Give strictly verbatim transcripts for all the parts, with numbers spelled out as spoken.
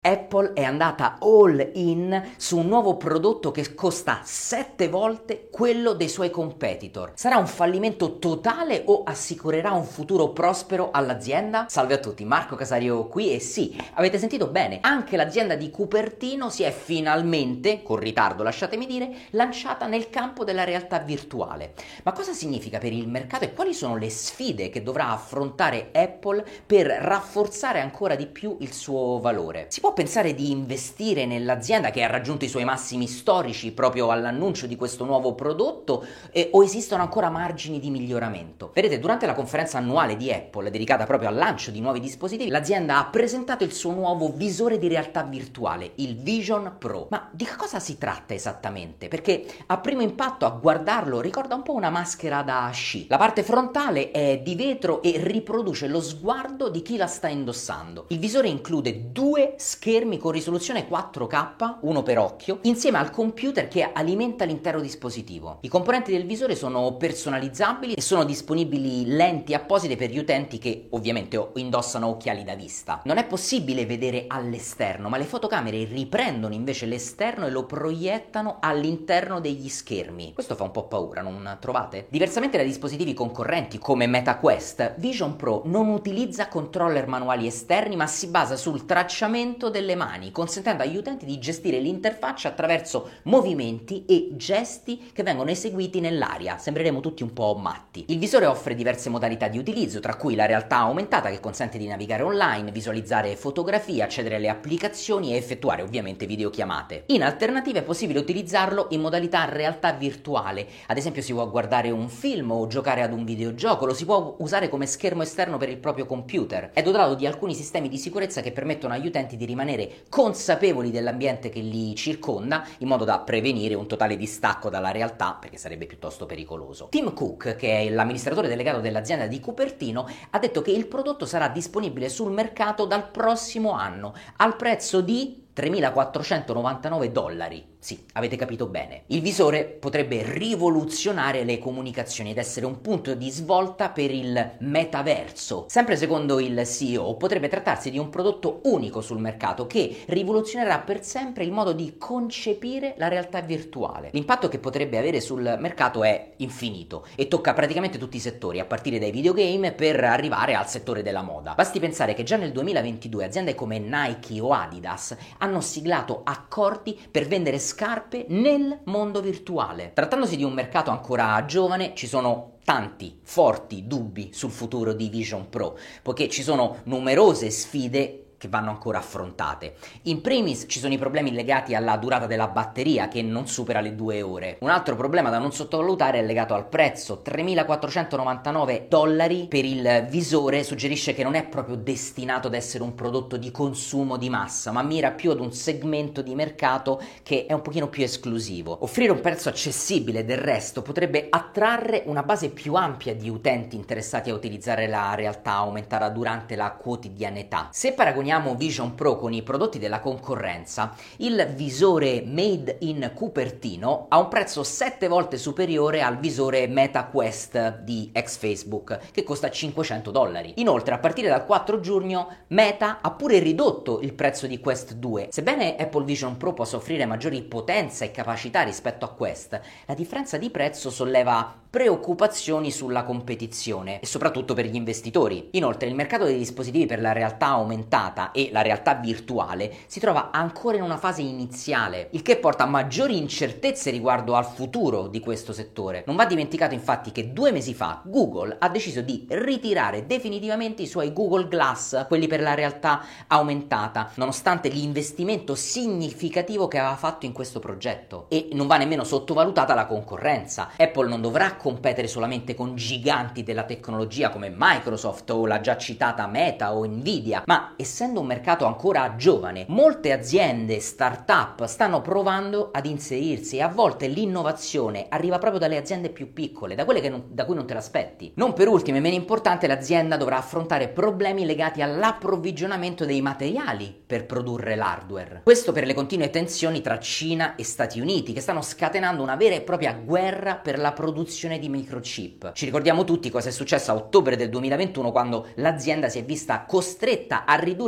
Apple è andata all in su un nuovo prodotto che costa sette volte quello dei suoi competitor. Sarà un fallimento totale o assicurerà un futuro prospero all'azienda? Salve a tutti, Marco Casario qui e sì, avete sentito bene, anche l'azienda di Cupertino si è finalmente, con ritardo lasciatemi dire, lanciata nel campo della realtà virtuale. Ma cosa significa per il mercato e quali sono le sfide che dovrà affrontare Apple per rafforzare ancora di più il suo valore? Si può pensare di investire nell'azienda che ha raggiunto i suoi massimi storici proprio all'annuncio di questo nuovo prodotto eh, o esistono ancora margini di miglioramento? Vedete, durante la conferenza annuale di Apple dedicata proprio al lancio di nuovi dispositivi, l'azienda ha presentato il suo nuovo visore di realtà virtuale, il Vision Pro. Ma di cosa si tratta esattamente? Perché a primo impatto a guardarlo ricorda un po' una maschera da sci. La parte frontale è di vetro e riproduce lo sguardo di chi la sta indossando. Il visore include due schermi schermi con risoluzione quattro K, uno per occhio, insieme al computer che alimenta l'intero dispositivo. I componenti del visore sono personalizzabili e sono disponibili lenti apposite per gli utenti che ovviamente indossano occhiali da vista. Non è possibile vedere all'esterno, ma le fotocamere riprendono invece l'esterno e lo proiettano all'interno degli schermi. Questo fa un po' paura, non trovate? Diversamente da dispositivi concorrenti come MetaQuest, Vision Pro non utilizza controller manuali esterni, ma si basa sul tracciamento delle mani, consentendo agli utenti di gestire l'interfaccia attraverso movimenti e gesti che vengono eseguiti nell'aria. Sembreremo tutti un po' matti. Il visore offre diverse modalità di utilizzo, tra cui la realtà aumentata che consente di navigare online, visualizzare fotografie, accedere alle applicazioni e effettuare ovviamente videochiamate. In alternativa è possibile utilizzarlo in modalità realtà virtuale, ad esempio si può guardare un film o giocare ad un videogioco, lo si può usare come schermo esterno per il proprio computer. È dotato di alcuni sistemi di sicurezza che permettono agli utenti di rimanere consapevoli dell'ambiente che li circonda, in modo da prevenire un totale distacco dalla realtà, perché sarebbe piuttosto pericoloso. Tim Cook, che è l'amministratore delegato dell'azienda di Cupertino, ha detto che il prodotto sarà disponibile sul mercato dal prossimo anno al prezzo di tremilaquattrocentonovantanove dollari. Sì, avete capito bene. Il visore potrebbe rivoluzionare le comunicazioni ed essere un punto di svolta per il metaverso. Sempre secondo il C E O, potrebbe trattarsi di un prodotto unico sul mercato che rivoluzionerà per sempre il modo di concepire la realtà virtuale. L'impatto che potrebbe avere sul mercato è infinito e tocca praticamente tutti i settori, a partire dai videogame per arrivare al settore della moda. Basti pensare che già nel duemilaventidue aziende come Nike o Adidas hanno siglato accordi per vendere scarpe nel mondo virtuale. Trattandosi di un mercato ancora giovane, ci sono tanti forti dubbi sul futuro di Vision Pro, poiché ci sono numerose sfide che vanno ancora affrontate. In primis ci sono i problemi legati alla durata della batteria, che non supera le due ore. Un altro problema da non sottovalutare è legato al prezzo. tremilaquattrocentonovantanove dollari per il visore suggerisce che non è proprio destinato ad essere un prodotto di consumo di massa, ma mira più ad un segmento di mercato che è un pochino più esclusivo. Offrire un prezzo accessibile del resto potrebbe attrarre una base più ampia di utenti interessati a utilizzare la realtà aumentata durante la quotidianità. Se paragoniamo Vision Pro con i prodotti della concorrenza, il visore made in Cupertino ha un prezzo sette volte superiore al visore MetaQuest di ex Facebook, che costa cinquecento dollari. Inoltre, a partire dal quattro giugno, Meta ha pure ridotto il prezzo di Quest due. Sebbene Apple Vision Pro possa offrire maggiori potenza e capacità rispetto a Quest, la differenza di prezzo solleva preoccupazioni sulla competizione e soprattutto per gli investitori. Inoltre, il mercato dei dispositivi per la realtà aumentata e la realtà virtuale si trova ancora in una fase iniziale, il che porta a maggiori incertezze riguardo al futuro di questo settore. Non va dimenticato infatti che due mesi fa Google ha deciso di ritirare definitivamente i suoi Google Glass, quelli per la realtà aumentata, nonostante l'investimento significativo che aveva fatto in questo progetto. E non va nemmeno sottovalutata la concorrenza. Apple non dovrà competere solamente con giganti della tecnologia come Microsoft o la già citata Meta o Nvidia, ma essendo un mercato ancora giovane, molte aziende start-up stanno provando ad inserirsi e a volte l'innovazione arriva proprio dalle aziende più piccole, da quelle che non, da cui non te l'aspetti. Non per ultimo e meno importante, l'azienda dovrà affrontare problemi legati all'approvvigionamento dei materiali per produrre l'hardware. Questo per le continue tensioni tra Cina e Stati Uniti, che stanno scatenando una vera e propria guerra per la produzione di microchip. Ci ricordiamo tutti cosa è successo a ottobre del duemilaventuno, quando l'azienda si è vista costretta a ridurre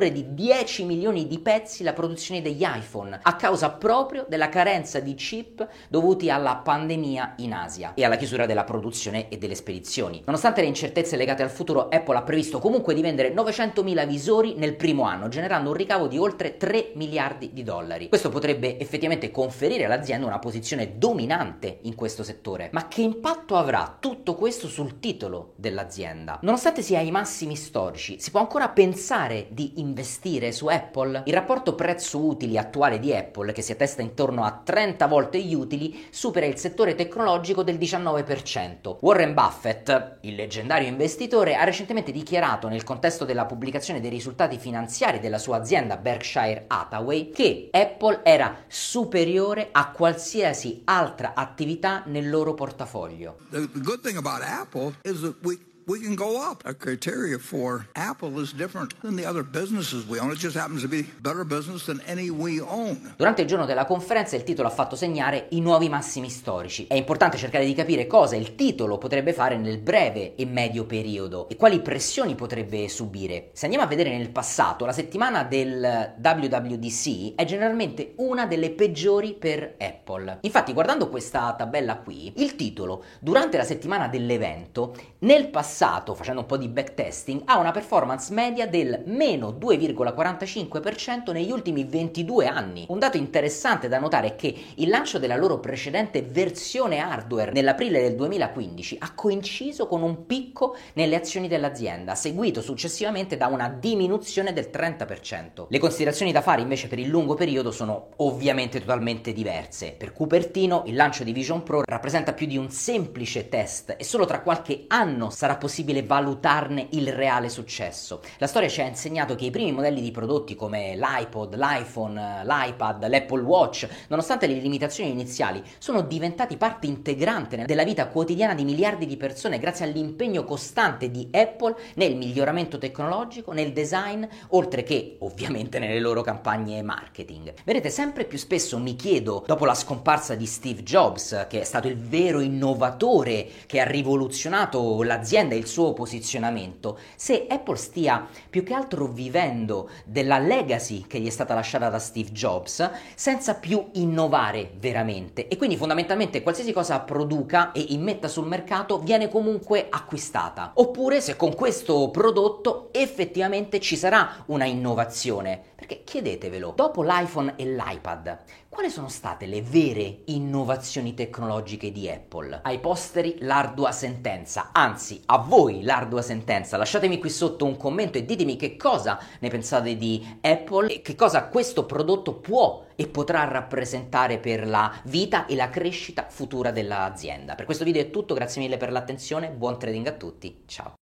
ridurre di dieci milioni di pezzi la produzione degli iPhone a causa proprio della carenza di chip dovuti alla pandemia in Asia e alla chiusura della produzione e delle spedizioni. Nonostante le incertezze legate al futuro, Apple ha previsto comunque di vendere novecentomila visori nel primo anno, generando un ricavo di oltre tre miliardi di dollari. Questo potrebbe effettivamente conferire all'azienda una posizione dominante in questo settore. Ma che impatto avrà tutto questo sul titolo dell'azienda? Nonostante sia ai massimi storici, si può ancora pensare di investire su Apple? Il rapporto prezzo-utili attuale di Apple, che si attesta intorno a trenta volte gli utili, supera il settore tecnologico del diciannove per cento. Warren Buffett, il leggendario investitore, ha recentemente dichiarato nel contesto della pubblicazione dei risultati finanziari della sua azienda Berkshire Hathaway che Apple era superiore a qualsiasi altra attività nel loro portafoglio. The, the good thing about Apple is that we we can go up. Our criteria for Apple is different than the other businesses we own. It just happens to be better business than any we own. Durante il giorno della conferenza il titolo ha fatto segnare i nuovi massimi storici. È importante cercare di capire cosa il titolo potrebbe fare nel breve e medio periodo e quali pressioni potrebbe subire. Se andiamo a vedere nel passato, la settimana del W W D C è generalmente una delle peggiori per Apple. Infatti, guardando questa tabella qui, il titolo durante la settimana dell'evento nel passato, facendo un po' di backtesting, ha una performance media del meno due virgola quarantacinque per cento negli ultimi ventidue anni. Un dato interessante da notare è che il lancio della loro precedente versione hardware nell'aprile del duemilaquindici ha coinciso con un picco nelle azioni dell'azienda, seguito successivamente da una diminuzione del trenta per cento. Le considerazioni da fare invece per il lungo periodo sono ovviamente totalmente diverse. Per Cupertino il lancio di Vision Pro rappresenta più di un semplice test e solo tra qualche anno sarà possibile valutarne il reale successo. La storia ci ha insegnato che i primi modelli di prodotti come l'iPod, l'iPhone, l'iPad, l'Apple Watch, nonostante le limitazioni iniziali, sono diventati parte integrante della vita quotidiana di miliardi di persone grazie all'impegno costante di Apple nel miglioramento tecnologico, nel design, oltre che ovviamente nelle loro campagne marketing. Vedete, sempre più spesso mi chiedo, dopo la scomparsa di Steve Jobs, che è stato il vero innovatore che ha rivoluzionato l'azienda e il suo posizionamento, se Apple stia più che altro vivendo della legacy che gli è stata lasciata da Steve Jobs senza più innovare veramente, e quindi fondamentalmente qualsiasi cosa produca e immetta sul mercato viene comunque acquistata, oppure se con questo prodotto effettivamente ci sarà una innovazione. Perché chiedetevelo, dopo l'iPhone e l'iPad, quali sono state le vere innovazioni tecnologiche di Apple? Ai posteri l'ardua sentenza, anzi a voi l'ardua sentenza. Lasciatemi qui sotto un commento e ditemi che cosa ne pensate di Apple e che cosa questo prodotto può e potrà rappresentare per la vita e la crescita futura dell'azienda. Per questo video è tutto, grazie mille per l'attenzione, buon trading a tutti, ciao!